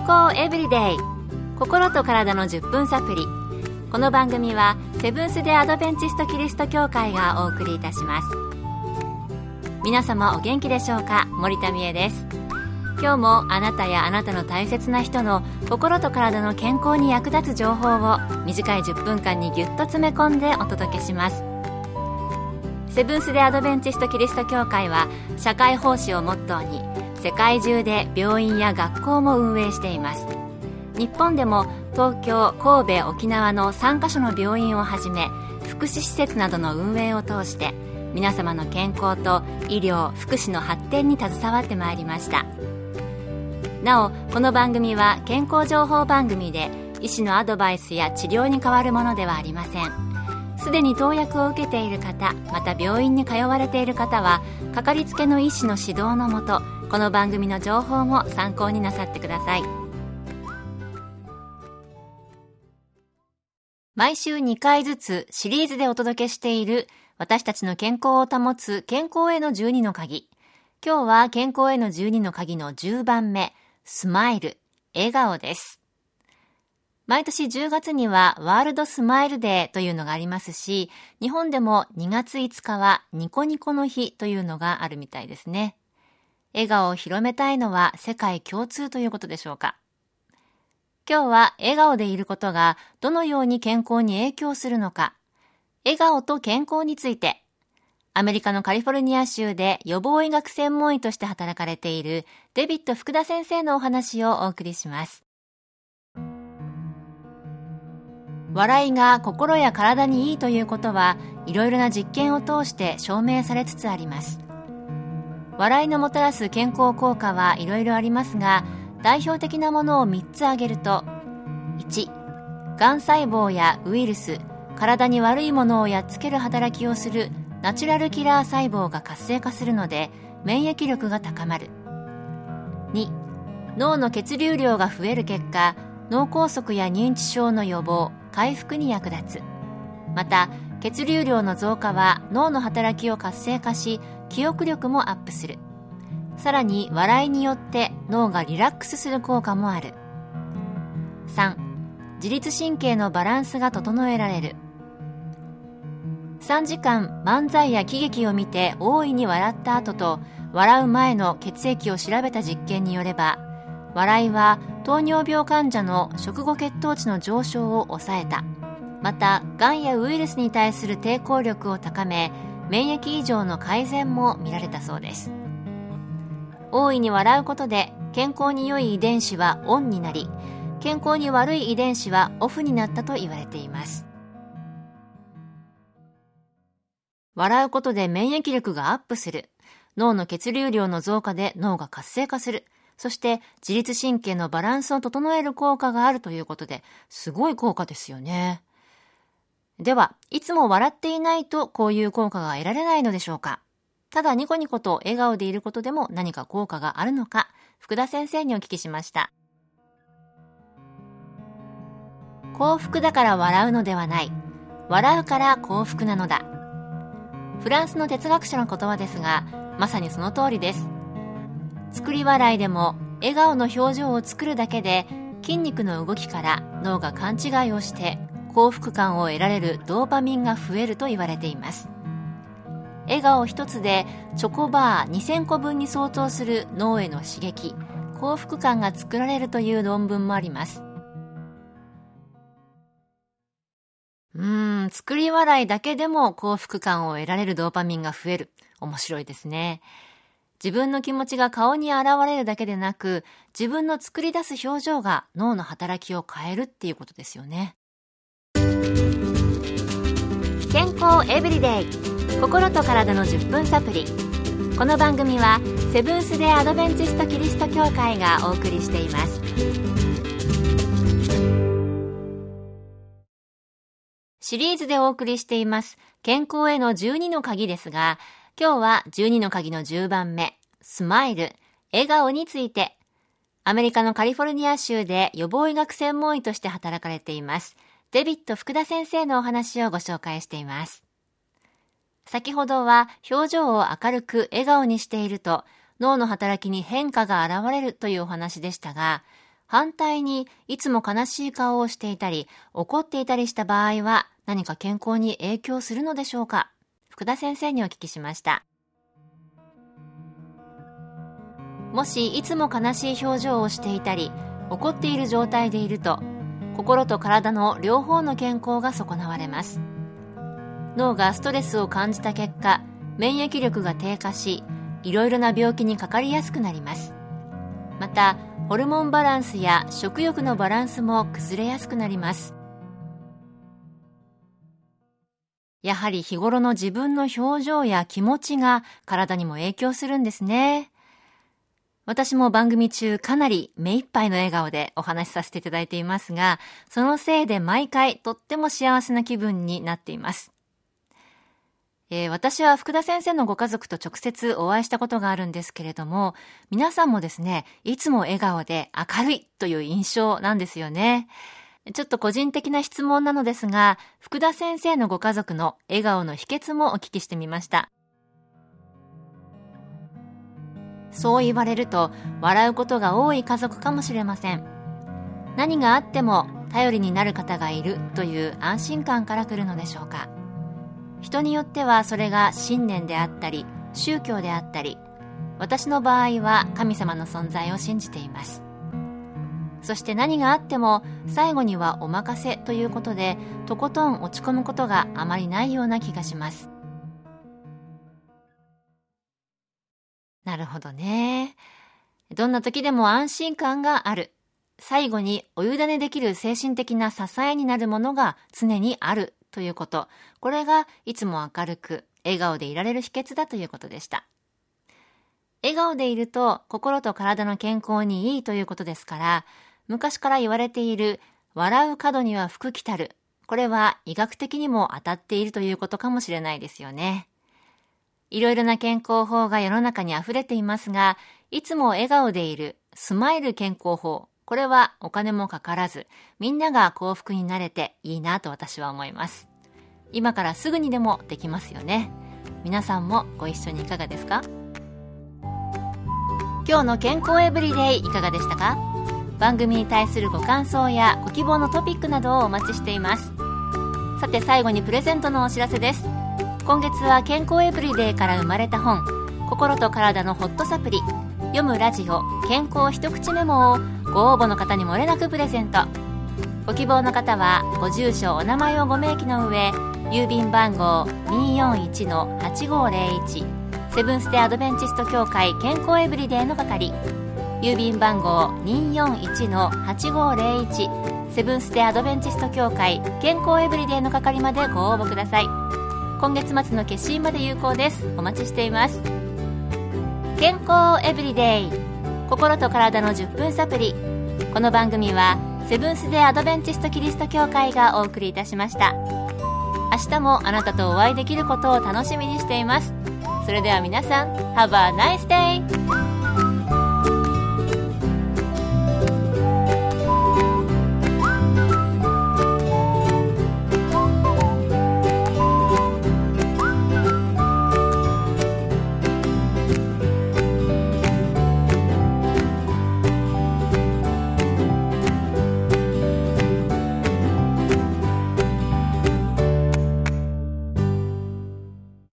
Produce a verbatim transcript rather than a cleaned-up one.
康エブリデイ、心と体のじゅっぷんサプリ。この番組はセブンス・デ・アドベンチスト・キリスト教会がお送りいたします。皆様お元気でしょうか。森田美恵です。今日もあなたやあなたの大切な人の心と体の健康に役立つ情報を短いじゅっぷんかんにぎゅっと詰め込んでお届けします。セブンス・デ・アドベンチスト・キリスト教会は社会奉仕をモットーに世界中で病院や学校も運営しています。日本でも東京、神戸、沖縄のさんカ所の病院をはじめ福祉施設などの運営を通して皆様の健康と医療・福祉の発展に携わってまいりました。なお、この番組は健康情報番組で医師のアドバイスや治療に代わるものではありません。すでに投薬を受けている方、また病院に通われている方はかかりつけの医師の指導のもと、この番組の情報も参考になさってください。毎週にかいずつシリーズでお届けしている私たちの健康を保つ健康へのじゅうにの鍵。今日は健康へのじゅうにの鍵のじゅうばんめ、スマイル、笑顔です。毎年じゅうがつにはワールドスマイルデーというのがありますし、日本でもにがついつかはニコニコの日というのがあるみたいですね。笑顔を広めたいのは世界共通ということでしょうか。今日は笑顔でいることがどのように健康に影響するのか、笑顔と健康について、アメリカのカリフォルニア州で予防医学専門医として働かれているデビッド福田先生のお話をお送りします。笑いが心や体にいいということはいろいろな実験を通して証明されつつあります。笑いのもたらす健康効果はいろいろありますが、代表的なものをみっつ挙げると、いち、がん細胞やウイルス、体に悪いものをやっつける働きをするナチュラルキラー細胞が活性化するので免疫力が高まる。に、脳の血流量が増える結果、脳梗塞や認知症の予防、回復に役立つ。また、血流量の増加は脳の働きを活性化し、記憶力もアップする。さらに笑いによって脳がリラックスする効果もある。さん、自律神経のバランスが整えられる。さんじかん漫才や喜劇を見て大いに笑った後と笑う前の血液を調べた実験によれば、笑いは糖尿病患者の食後血糖値の上昇を抑えた。また、がんやウイルスに対する抵抗力を高め、免疫異常の改善も見られたそうです。大いに笑うことで健康に良い遺伝子はオンになり、健康に悪い遺伝子はオフになったと言われています。笑うことで免疫力がアップする。脳の血流量の増加で脳が活性化する。そして自律神経のバランスを整える効果があるということで、すごい効果ですよね。では、いつも笑っていないとこういう効果が得られないのでしょうか。ただニコニコと笑顔でいることでも何か効果があるのか、福田先生にお聞きしました。幸福だから笑うのではない。笑うから幸福なのだ。フランスの哲学者の言葉ですが、まさにその通りです。作り笑いでも笑顔の表情を作るだけで筋肉の動きから脳が勘違いをして幸福感を得られるドーパミンが増えると言われています。笑顔一つでチョコバーにせんこぶんに相当する脳への刺激、幸福感が作られるという論文もあります。うーん、作り笑いだけでも幸福感を得られるドーパミンが増える。面白いですね。自分の気持ちが顔に現れるだけでなく、自分の作り出す表情が脳の働きを変えるっていうことですよね。健康エブリデイ、心と体のじゅっぷんサプリ。この番組はセブンス・デ・アドベンチスト・キリスト教会がお送りしています。シリーズでお送りしています健康へのじゅうにの鍵ですが、今日はじゅうにの鍵のじゅうばんめ、スマイル、笑顔について、アメリカのカリフォルニア州で予防医学専門医として働かれていますデビッド福田先生のお話をご紹介しています。先ほどは表情を明るく笑顔にしていると脳の働きに変化が現れるというお話でしたが、 反対にいつも悲しい顔をしていたり怒っていたりした場合は何か健康に影響するのでしょうか。福田先生にお聞きしました。もしいつも悲しい表情をしていたり怒っている状態でいると、心と体の両方の健康が損なわれます。脳がストレスを感じた結果、免疫力が低下し、いろいろな病気にかかりやすくなります。またホルモンバランスや食欲のバランスも崩れやすくなります。やはり日頃の自分の表情や気持ちが体にも影響するんですね。私も番組中かなり目いっぱいの笑顔でお話しさせていただいていますが、そのせいで毎回とっても幸せな気分になっています。えー、私は福田先生のご家族と直接お会いしたことがあるんですけれども、皆さんもですね、いつも笑顔で明るいという印象なんですよね。ちょっと個人的な質問なのですが、福田先生のご家族の笑顔の秘訣もお聞きしてみました。そう言われると笑うことが多い家族かもしれません。何があっても頼りになる方がいるという安心感から来るのでしょうか。人によってはそれが信念であったり宗教であったり、私の場合は神様の存在を信じています。そして何があっても最後にはお任せということで、とことん落ち込むことがあまりないような気がします。なるほどね。どんな時でも安心感がある。最後にお委ねできる精神的な支えになるものが常にあるということ。これがいつも明るく笑顔でいられる秘訣だということでした。笑顔でいると心と体の健康にいいということですから、昔から言われている笑う門には福来たる。これは医学的にも当たっているということかもしれないですよね。いろいろな健康法が世の中にあふれていますが、いつも笑顔でいるスマイル健康法、これはお金もかからず、みんなが幸福になれていいなと私は思います。今からすぐにでもできますよね。皆さんもご一緒にいかがですか？今日の健康エブリデイいかがでしたか？番組に対するご感想やご希望のトピックなどをお待ちしています。さて最後にプレゼントのお知らせです。今月は健康エブリデイから生まれた本、心と体のホットサプリ、読むラジオ健康一口メモをご応募の方に漏れなくプレゼント。ご希望の方はご住所お名前をご明記の上、郵便番号 にーよんいちのはちごーぜろいち セブンステアドベンチスト協会健康エブリデイの係、郵便番号 にーよんいちのはちごーぜろいち セブンステアドベンチスト協会健康エブリデイの係までご応募ください。今月末の決心まで有効です。お待ちしています。健康エブリデイ、心と体のじゅっぷんサプリ。この番組はセブンス・デ・アドベンチスト・キリスト教会がお送りいたしました。明日もあなたとお会いできることを楽しみにしています。それでは皆さん、Have a nice day!